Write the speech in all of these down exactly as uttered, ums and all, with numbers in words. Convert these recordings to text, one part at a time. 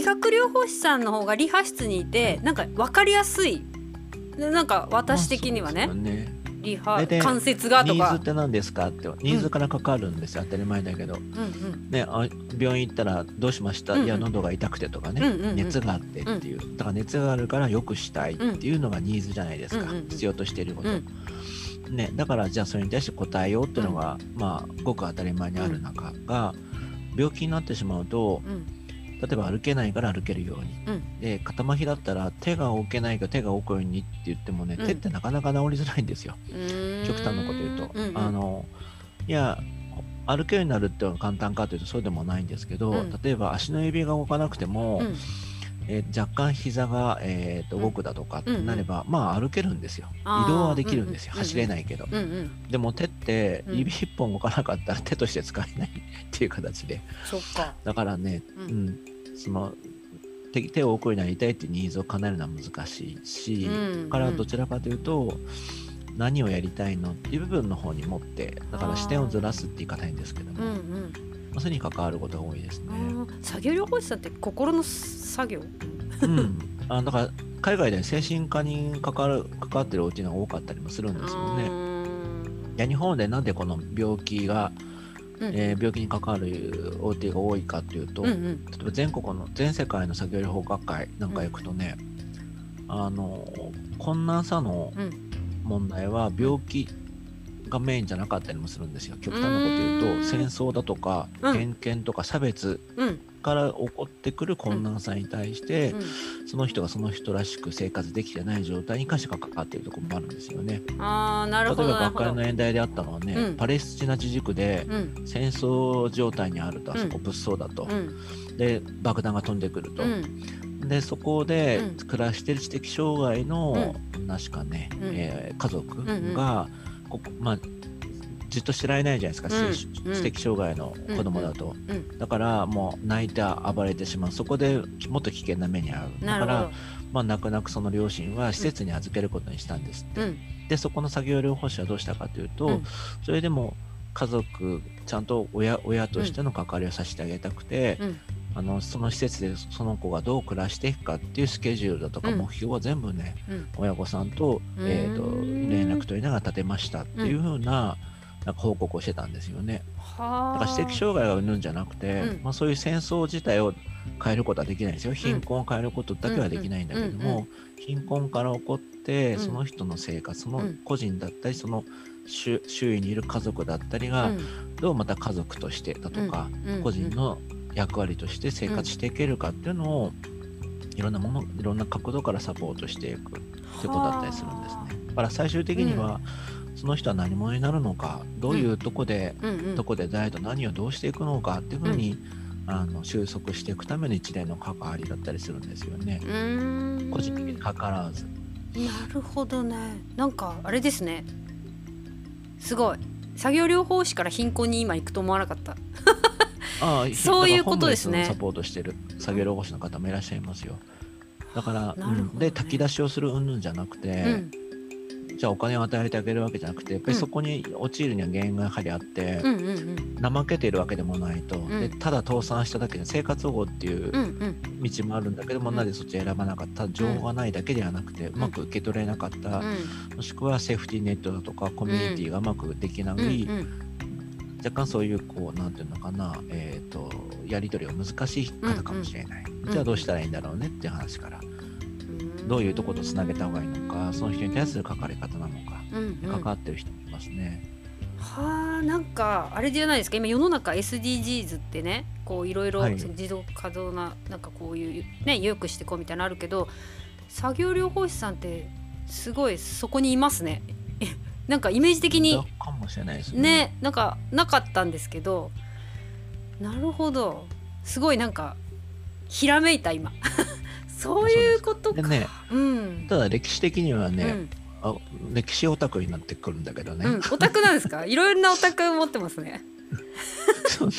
学療法士さんの方がリハ室にいてなんか分かりやすい、なんか私的にはね、 まあそうですよね。 リハ大体関節がとかニーズって何ですかってニーズからかかるんですよ、当たり前だけど、 うんうんね、あ病院行ったらどうしました、 うんうんいや喉が痛くてとかね、 うんうんうん熱があってっていう、だから熱があるから良くしたいっていうのがニーズじゃないですか、 うんうんうん必要としていること、 うんね、だからじゃあそれに対して答えようっていうのが、まあごく当たり前にある中が、病気になってしまうと、 うん例えば歩けないから歩けるように、 うんで肩麻痺だったら手が置けないか手が置くようにって言ってもね、 うん手ってなかなか治りづらいんですよ、 うーん極端なこと言うと、 うんうんあのいや歩けるようになるっていうのは簡単かというとそうでもないんですけど、 うん例えば足の指が動かなくても、 うんえー若干膝が、えーと動くだとかってなれば、まあ歩けるんですよ、 あー移動はできるんですよ、 うんうん走れないけど、 うんうんでも手ってうん指一本動かなかったら手として使えないっていう形で、 そっかだからね、 ううんんその手手を置くようになりたいっていうニーズを叶えるのは難しいし、 うんだからどちらかというと何をやりたいのっていう部分の方に持って、だから視点をずらすって言い方いいんですけども、 うんうんまあ、それに関わることが多いですね。 あー作業療法士さんって心の作業うん、あだから海外で精神科に関わる関わってるお家が多かったりもするんですよね。いや日本でなんでこの病気が、 うんえー病気に関わるお家が多いかっていうと、 うんうん例えば全国の全世界の作業療法学会なんか行くとね、あの困難さのうん問題は病気がメインじゃなかったりもするんですよ。極端なこと言ううーんと戦争だとかうん偏見とか差別うんから起こってくる困難さに対して、 うんその人がその人らしく生活できてない状態に関して関わっているところもあるんですよね。 あーなる例えばほどなるほど学会の演題であったのはね、 うんパレスチナ自治区でうん戦争状態にあると、 うんあそこ物騒だと、 うんで爆弾が飛んでくると、 うんでそこでうん暮らしている知的障害の、確かね、 うんえー家族うんうんがここ、まあ、じっとしてられないじゃないですか、 うん知うん知的障害の子供だと、 うんだからもう泣いて暴れてしまう、そこでもっと危険な目に遭う、だからなるほどまあ、泣く泣くその両親は施設に預けることにしたんですって、 うんでそこの作業療法士はどうしたかというと、 うんそれでも家族ちゃんと親親としての関わりをさせてあげたくて、 うんあのその施設でその子がどう暮らしていくかっていうスケジュールだとかうん目標は全部ね、 うん親御さんと,、えー、とうーん連絡取りながら立てましたっていう風な、なんか報告をしてたんですよね。 はあだから知的障害がうんぬんじゃなくて、 うんまあ、そういう戦争自体を変えることはできないんですよ。貧困を変えることだけはできないんだけども、 うんうんうん貧困から起こってうんその人の生活、そのうん個人だったりその周周囲にいる家族だったりが、どうまた家族としてだとか、 うんうん個人の役割として生活していけるかっていうのを、いろんなものいろんな角度からサポートしていくってことだったりするんですね。だから最終的には、その人は何者になるのか、どういうとこで、 うんうんどこで誰と何をどうしていくのかっていうふうに、あの収束していくための一連の関わりだったりするんですよね。 うーん個人的に関わらず。 なるほどね。なんかあれですね、すごい作業療法士から貧困に今行くと思わなかった。 ああそういうことですねだからホームレスをサポートしてる作業療法士の方もいらっしゃいますよ。だから、 なるほどねうんで炊き出しをする云々じゃなくて、 うんじゃあお金を与えてあげるわけじゃなくて、やっぱりそこに陥るには原因がやはりあって、 うんうんうん怠けているわけでもないと、 んでただ倒産しただけで生活保護っていううんうん道もあるんだけども、 うんなぜそっちを選ばなかった、情報がないだけではなくて、うまく受け取れなかった、もしくはセーフティーネットだとかコミュニティがうまくできない、 うんうん若干そういうこうなんていうのかな、えー、とやり取りが難しい方かもしれない、 んじゃあどうしたらいいんだろうねっていう話から、 うんどういうところとつなげた方がいいのか、その人に対する関わり方なのか、 うんうん関わってる人もいますね。 はあ、なんかあれじゃないですか、今世の中 エスディージーズ ってね、こういろいろはい持続可能ななんかこういうね良くしていこうみたいなのあるけど、作業療法士さんってすごいそこにいますね。なんかイメージ的にかもしれないですね。 ね、なんかなかったんですけど、なるほど、すごいなんかひらめいた今。そういうことか。 でね、 うん。 ただ歴史的にはね、 うんあ歴史オタクになってくるんだけどね。 うん、オタクなんですか？いろいろなオタク持ってますね。 そうね。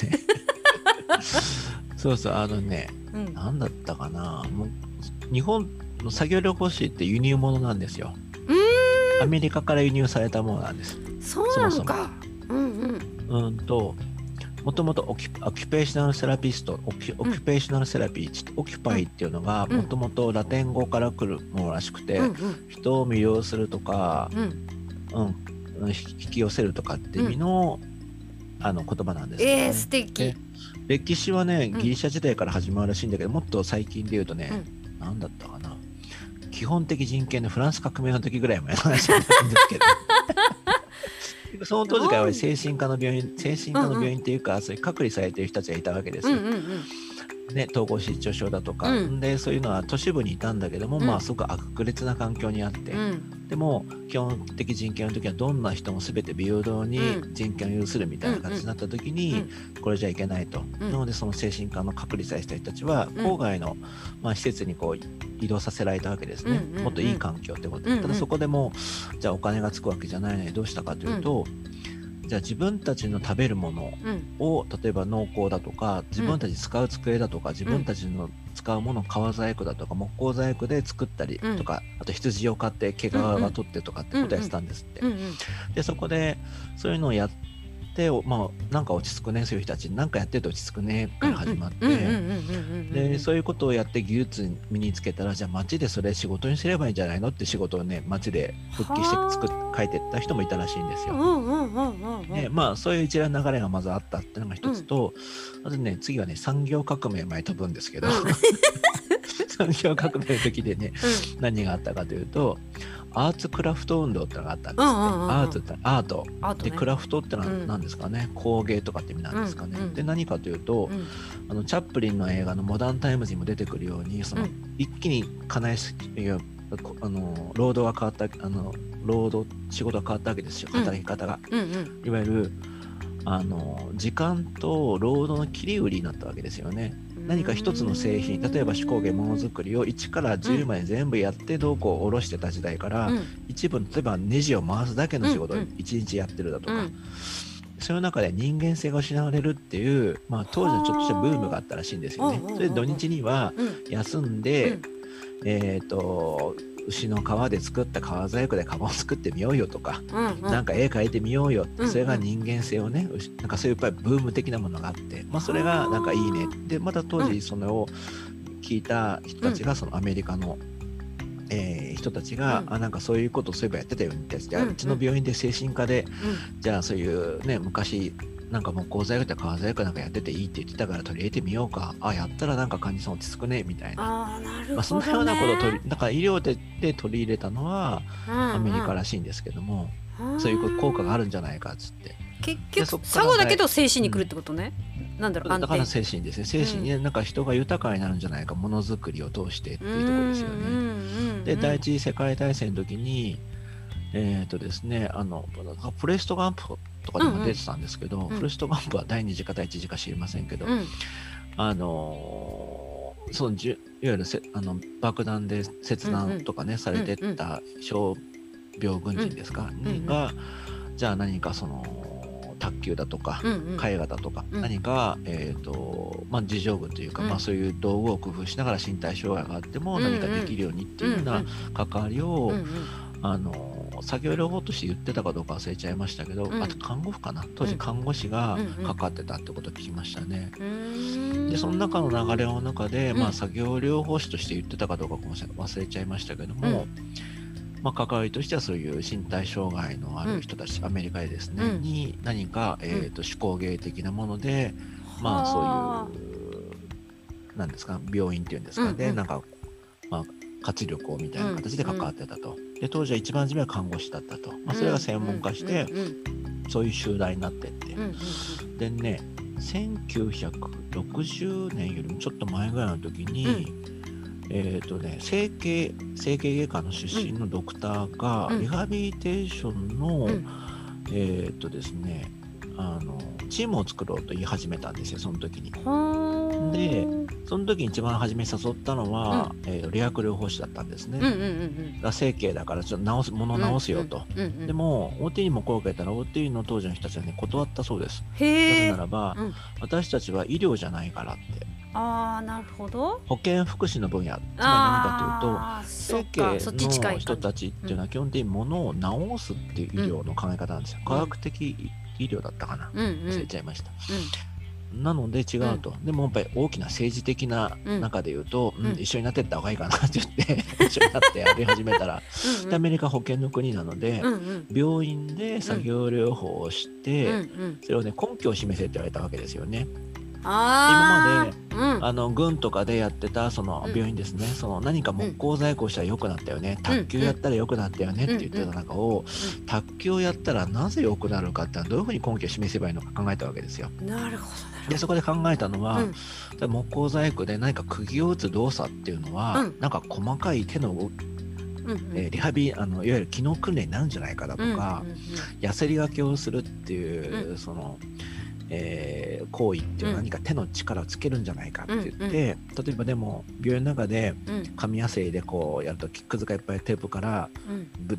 そうそう、あのね、 うん。 なんだったかな、もう日本の作業療法士って輸入物なんですよ。 うーん、 アメリカから輸入されたものなんです。 そうなのか。うんうんうんと、 もともとオキュオキュペーショナルセラピスト、オキュオキュペーショナルセラピー、オキュパイっていうのがもともとラテン語から来るものらしくて、 うんうん人を魅了するとか、 うんうん、引き寄せるとかって意味の、うん、あの言葉なんですね。 えー、素敵。 歴史はね、 うんギリシャ時代から始まるらしいんだけど、もっと最近で言うとね、 うん、 なんだったかな、基本的人権のフランス革命の時ぐらい前の話なんですけどその当時からやっぱり精神科の病院、精神科の病院っていうか、うんうん、そういう隔離されてる人たちがいたわけですよ。 うんうんうんね、統合失調症だとか、 うん、 でそういうのは都市部にいたんだけども、 うん、 まあすごく悪劣な環境にあって、うん、でも基本的人権の時はどんな人も全て平等に人権を有するみたいな形になった時に、うん、これじゃいけないと、うん、なのでその精神科の隔離された人たちは郊外の、まあ、施設にこう移動させられたわけですね、うん、もっといい環境ってことで、うん、ただそこでもじゃあお金がつくわけじゃないのにどうしたかというと、うんじゃあ自分たちの食べるものを、うん、例えば農耕だとか自分たち使う机だとか、うん、自分たちの使うもの革細工だとか木工細工で作ったりとか、うん、あと羊を飼って毛皮が取ってとかってことやってたんですって、うんうん、でそこでそういうのをやってまあなんか落ち着くね、そういう人たちなんかやってると落ち着くねから始まってでそういうことをやって技術身につけたらじゃあ街でそれ仕事にすればいいんじゃないのって仕事をね街で復帰して作っ書いてった人もいたらしいんですよ。でまあそういう一連の流れがまずあったっていうのが一つと、うん、あとね次はね産業革命前飛ぶんですけど、うん、産業革命の時でね、うん、何があったかというとアーツクラフト運動ってのがあったんですね、うんうんうん、アーツってアート、アートね、でクラフトってのは何ですかね、うん、工芸とかって意味なんですかね、うんうん、で何かというと、うん、あのチャップリンの映画のモダンタイムズにも出てくるようにその、うん、一気に金井あの労働が変わったあの労働仕事が変わったわけですよ、働き方が、うんうんうん、いわゆるあの時間と労働の切り売りになったわけですよね。何か一つの製品、例えば手工芸ものづくりをいちからじゅうまで全部やってどうこう下ろしてた時代から、うん、一部例えばネジを回すだけの仕事をいちにちやってるだとか、うんうん、そういう中で人間性が失われるっていう、まあ、当時のちょっとしたブームがあったらしいんですよね。それで土日には休んで、うん、えーと牛の皮で作った革細工でカバンを作ってみようよとか、うんうん、なんか絵描いてみようよって、それが人間性をね、なんかそういうやっぱりブーム的なものがあって、まあ、それがなんかいいねで、また当時それを聞いた人たちがそのアメリカの、えー、人たちが、うん、あなんかそういうことをそういえばやってたよみたいな、うんうん、うちの病院で精神科で、うん、じゃあそういうね昔なんか木工細工とか革細工なんかやってていいって言ってたから取り入れてみようか、あやったらなんか患者さん落ち着くねみたいな、 あなるほどね、 まあ、そんなようなことを取りだから医療でで取り入れたのはアメリカらしいんですけども、うんうん、そういう効果があるんじゃないかっつって、 結局作業だけど精神に来るってことね、うん、なんだろう、 だから精神ですね、精神に、ね、なんか人が豊かになるんじゃないか、ものづくりを通してっていうところですよね、うんうんうん、で第一次世界大戦の時にえーとですね、あのフレストガンプとかでも出てたんですけど、うんうん、フレストガンプは第二次か第一次か知りませんけど、うん、あのー、そのじゅいわゆるせあの爆弾で切断とかね、うんうん、されてった傷病軍人ですか、うんうん、がじゃあ何かその卓球だとか、うんうん、絵画だとか、うん、何か、えーとまあ、自助具というか、うんまあ、そういう道具を工夫しながら身体障害があっても何かできるようにっていうような関わりを、うんうんあの作業療法として言ってたかどうか忘れちゃいましたけど、うん、あと看護婦かな、当時看護師が関わってたってことを聞きましたね、うん、でその中の流れの中で、うんまあ、作業療法士として言ってたかどうか忘れちゃいましたけども、うんまあ、関わりとしてはそういう身体障害のある人たち、うん、アメリカでですね、うん、に何か、えーと、手工芸的なもので、うん、まあそういうなんですか病院っていうんですかね、うんうん、なんかまあ活力をみたいな形で関わってたと、うんうん、で当時は一番初めは看護師だったと、まあ、それが専門化して、うんうんうん、そういう集団になってって、うんうん、でねせんきゅうひゃくろくじゅうねんよりもちょっと前ぐらいの時に、うん、えっ、ー、とね整形整形外科の出身のドクターがリハビリテーションの、うん、えっ、ー、とですねあのチームを作ろうと言い始めたんですよ、その時に。でその時に一番初め誘ったのは、うんえー、理学療法士だったんですね、うんうんうんうん、整形だからちょっと直す物を直すよと、うんうんうん、でも オーティー にも声をかけたら オーティー の当時の人たちはね断ったそうです。なぜならば、うん、私たちは医療じゃないからって。 あーなるほど、 保健福祉の分野、つまり何かというと整形の人たちっていうのは基本的に物を治すっていう医療の考え方なんですよ、うん、科学的医療だったかな、 うんうん忘れちゃいました。なので違うと、うん、でもやっぱり大きな政治的な中で言うと、うんうん、一緒になってった方がいいかなって言って一緒になってやり始めたらうん、うん、アメリカ保険の国なので、うんうん、病院で作業療法をして、うんうん、それをね根拠を示せって言われたわけですよね。 あ今まで、うん、あの軍とかでやってたその病院ですね、うん、その何か木工細工をしたら良くなったよね、うん、卓球やったら良くなったよねって言ってた中を、うん、卓球をやったらなぜ良くなるかってのはどういうふうに根拠を示せばいいのか考えたわけですよ。 なるほど。 でそこで考えたのは、うん、木工細工で何か釘を打つ動作っていうのは、うん、なんか細かい手の、うんうんえー、リハビあのいわゆる機能訓練になるんじゃないかだとか、うんうんうん、ヤスリがけをするっていう、うん、そのえー、行為っていうのは何か手の力をつけるんじゃないかって言って、うんうん、例えばでも病院の中で紙やすりでこうやるとくずがいっぱいテープから、うん、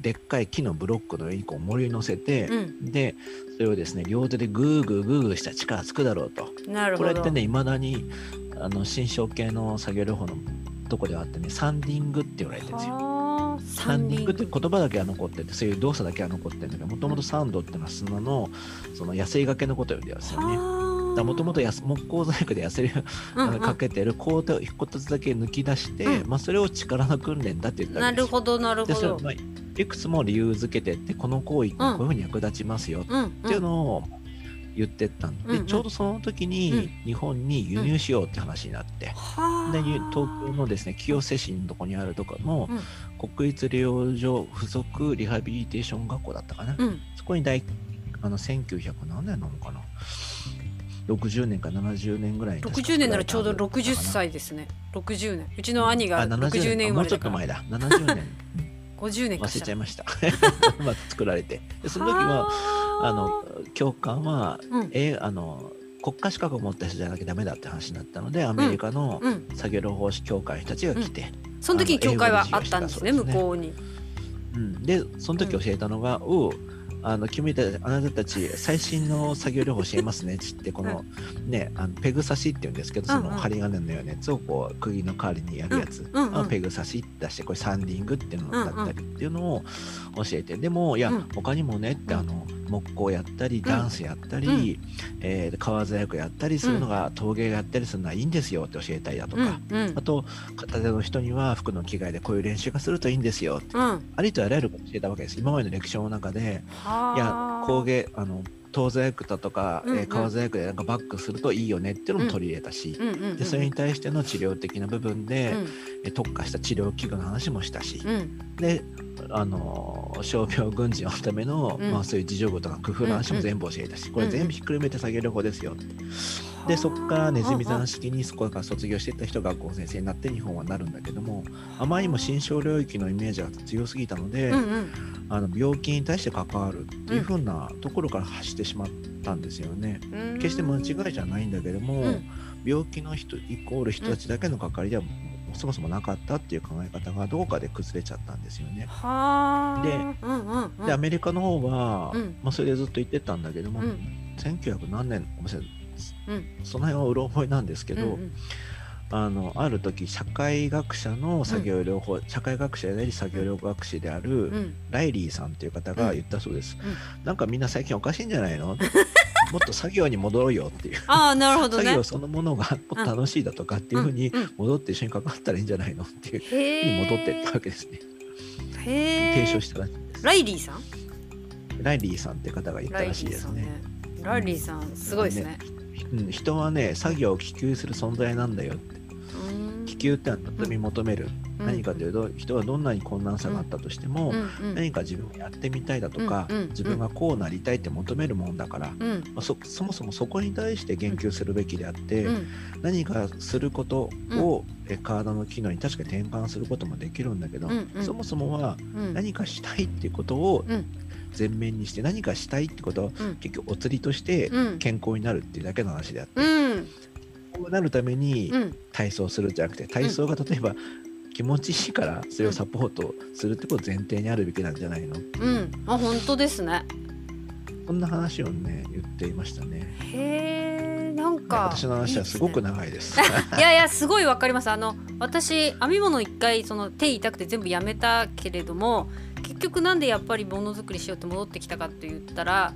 でっかい木のブロックの上にこう盛り乗せて、うん、でそれをですね両手でグーグーグーグーした力つくだろうと。 なるほど。 これってねいまだにあの心象系の作業療法のとこではあってねサンディングって言われてるんですよ。サンディングって言葉だけは残っててそういう動作だけは残ってるんだけどもともとサンドっていうのは砂のそのヤスリがけのことですよね。もともと木工細工でヤスリをかけてる工程を一つだけ抜き出して、うん、まあ、それを力の訓練だって言ったわけですよ。 なるほどなるほど。でそれ、 まあ、いくつも理由付けてってこの行為ってこういうふうに役立ちますよっていうのを言ってったんで、うんうん、ちょうどその時に日本に輸入しようって話になって、うん、で東京のですね清瀬市のとこにあるところの国立療養所附属リハビリテーション学校だったかな、うん、そこに大あのせんきゅうひゃく何年なのかなろくじゅうねんかななじゅうねんぐらいにろくじゅうねんならちょうどろくじゅっさいですね。ろくじゅうねんうちの兄がろくじゅうねん生まれだから、 もうちょっと前だななじゅうねんごじゅうねんか忘れちゃいましたまあ作られてでその時はあの教官は、うん、えあの国家資格を持った人じゃなきゃダメだって話になったのでアメリカの作業療法士協会の人たちが来て、 うんうん、その時に協会はあったんですね、向こうに、 うん、でその時教えたのが、うん、おあの君たちあなたたち最新の作業療法教えますねっつってこの、うん、ねあのペグ刺しって言うんですけどその針金のようなやつをこう釘の代わりにやるやつ、うんうんうん、ペグ刺し出してこれサンディングっていうのだったりっていうのを教えて、でもいや、うん、他にもねってあの木工やったりダンスやったり、うんえー、革細工やったりするのが、うん、陶芸やったりするのはいいんですよって教えたりだとか、うんうん、あと片手の人には服の着替えでこういう練習がするといいんですよって、うん、ありとあらゆること教えたわけです。今までの歴史の中でいや工芸あの陶細工だとか、うんうんえー、革細工でなんかバックするといいよねっていうのも取り入れたし、うんうんうんうん、でそれに対しての治療的な部分で、うん、特化した治療器具の話もしたし、うん、であの傷病軍事のための、うんまあ、そういう自助具とか工夫の話も全部教えたし、うんうん、これ全部ひっくるめて作業療法ですよって、うんうん、でそこからネズミ算式にそこから卒業していった人が学校先生になって日本はなるんだけども、あまりにも心象領域のイメージが強すぎたので、うんうん、あの病気に対して関わるっていう風なところから発してしまったんですよね、うん、決して間違いじゃないんだけども、うん、病気の人イコール人たちだけの関わりではそもそもなかったっていう考え方がどこかで崩れちゃったんですよね。 はで、 うんうんうん、 でアメリカの方は、うんまあ、それでずっと言ってたんだけども、うん、せんきゅうひゃく何年ごめんなさい、うん、その辺はうろ覚えなんですけど、うんうん、あのある時社会学者の作業療法、うん、社会学者であり作業療学士である、うん、ライリーさんという方が言ったそうです、うんうん、なんかみんな最近おかしいんじゃないのもっと作業に戻ろうよっていうあ、なるほどね、 作業そのものがもっと楽しいだとかっていうふうに戻って一緒に関わったらいいんじゃないのっていうふうに戻っていったわけですね。 へー、 提唱したらしいです。 ライリーさんライリーさんって方が言ったらしいですね。 ライリーさん、すごいですね、 うん、人はね作業を希求する存在なんだよって。希求ってのは望み求める、うん、何かというと人はどんなに困難さがあったとしても、うん、何か自分をやってみたいだとか、うん、自分がこうなりたいって求めるもんだから、うんまあ、そ, そもそもそこに対して言及するべきであって、うん、何かすることを、うん、体の機能に確かに転換することもできるんだけど、うんうん、そもそもは何かしたいっていうことを前面にして何かしたいってことは、うん、結局お釣りとして健康になるっていうだけの話であって、うんなるために体操するんじゃなくて、体操が例えば気持ちいいからそれをサポートするってこと前提にあるべきなんじゃないの、 うん、あ本当ですね。 そんな話をね言っていましたね。 へー、なんか私の話はすごく長いです。 いいやいやすごいわかります。あの私編み物一回その手痛くて全部やめたけれども結局なんでやっぱりものづくりしようって戻ってきたかって言ったら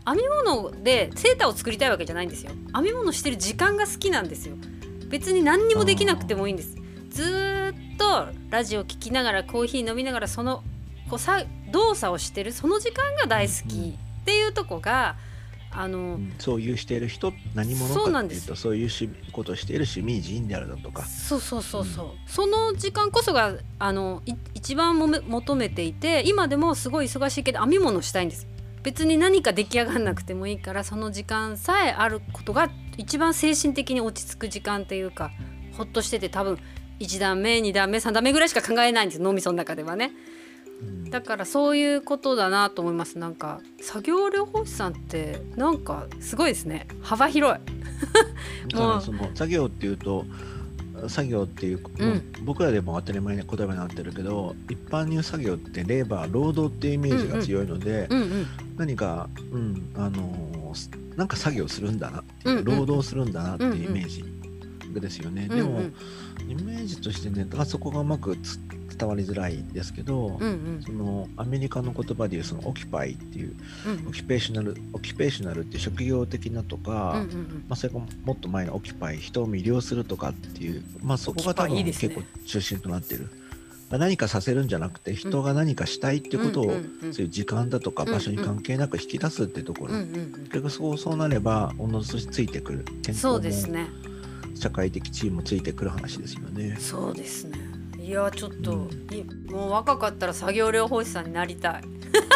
編み物でセーターを作りたいわけじゃないんですよ。編み物してる時間が好きなんですよ。別に何にもできなくてもいいんです。ずーっとラジオ聞きながらコーヒー飲みながらそのこうさ動作をしてるその時間が大好きっていうとこが、あの、 うん、そういうしている人何者そうかなんです。 っていうとそういう趣味ことをしている趣味人であるだとか、 そうそうそうそう、 うんその時間こそがあのい一番もめ求めていて、今でもすごい忙しいけど編み物したいんです。別に何か出来上がんなくてもいいから、その時間さえあることが一番精神的に落ち着く時間っていうか、ほっとしてて、多分いち段目に段目さん段目ぐらいしか考えないんです、脳みその中ではね。 うんだからそういうことだなと思います。なんか作業療法士さんってなんかすごいですね、幅広い。 だからその作業っていうと作業っていう、 うんもう僕らでも当たり前な言葉になってるけど、一般に言う作業ってレーバー労働っていうイメージが強いので、 うんうん何か、うんあのーなんか作業するんだなっていう、 うんうん労働するんだなっていうイメージですよね。でも、 うんうんイメージとしてね、だからそこがうまくつ伝わりづらいですけど、 うんうんそのアメリカの言葉でいうそのオキュパイっていう、 うんオキュペーショナルオキュペーショナルっていう職業的なとか、 うんうんうんまあ、それがもっと前のオキュパイ、人を魅了するとかっていう、まあ、そこが多オキュパイいい分ですね結構中心となっている。まあ何かさせるんじゃなくて、人が何かしたいってことを、 うんうんうんそういう時間だとかうんうん場所に関係なく引き出すってところ、 うんうんうん結局そうそうなればおのずとついてくる、健康そもうですね。 社会的地位もついてくる話ですよね。 そうですね。いやちょっと、 うんいもう若かったら作業療法士さんになりたい。